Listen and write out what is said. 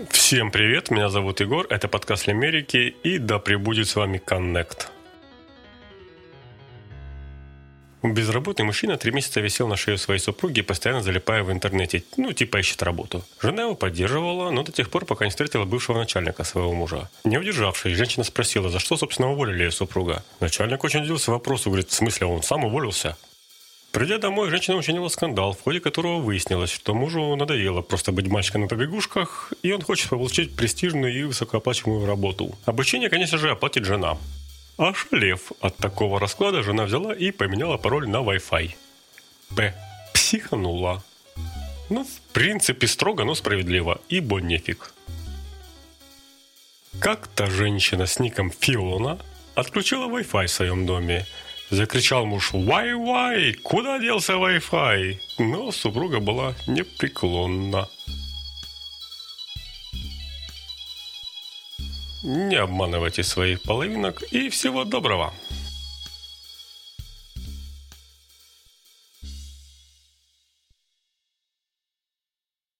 Всем привет, меня зовут Егор, это подкаст Лимерики, и да пребудет с вами Connect. Безработный мужчина 3 месяца висел на шее своей супруги, постоянно залипая в интернете, типа ищет работу. Жена его поддерживала, но до тех пор, пока не встретила бывшего начальника своего мужа. Не удержавшись, женщина спросила, за что, собственно, уволили ее супруга. Начальник очень удивился вопросу, говорит, в смысле, он сам уволился? Придя домой, женщина учинила скандал, в ходе которого выяснилось, что мужу надоело просто быть мальчиком на побегушках, и он хочет получить престижную и высокооплачиваемую работу. Обучение, конечно же, оплатит жена. Ошалев от такого расклада, жена взяла и поменяла пароль на Wi-Fi. Психанула. В принципе, строго, но справедливо, ибо нефиг. Как-то женщина с ником Фиона отключила Wi-Fi в своем доме. Закричал муж: «Вай-вай! Куда делся Wi-Fi?» Но супруга была непреклонна. Не обманывайте своих половинок и всего доброго!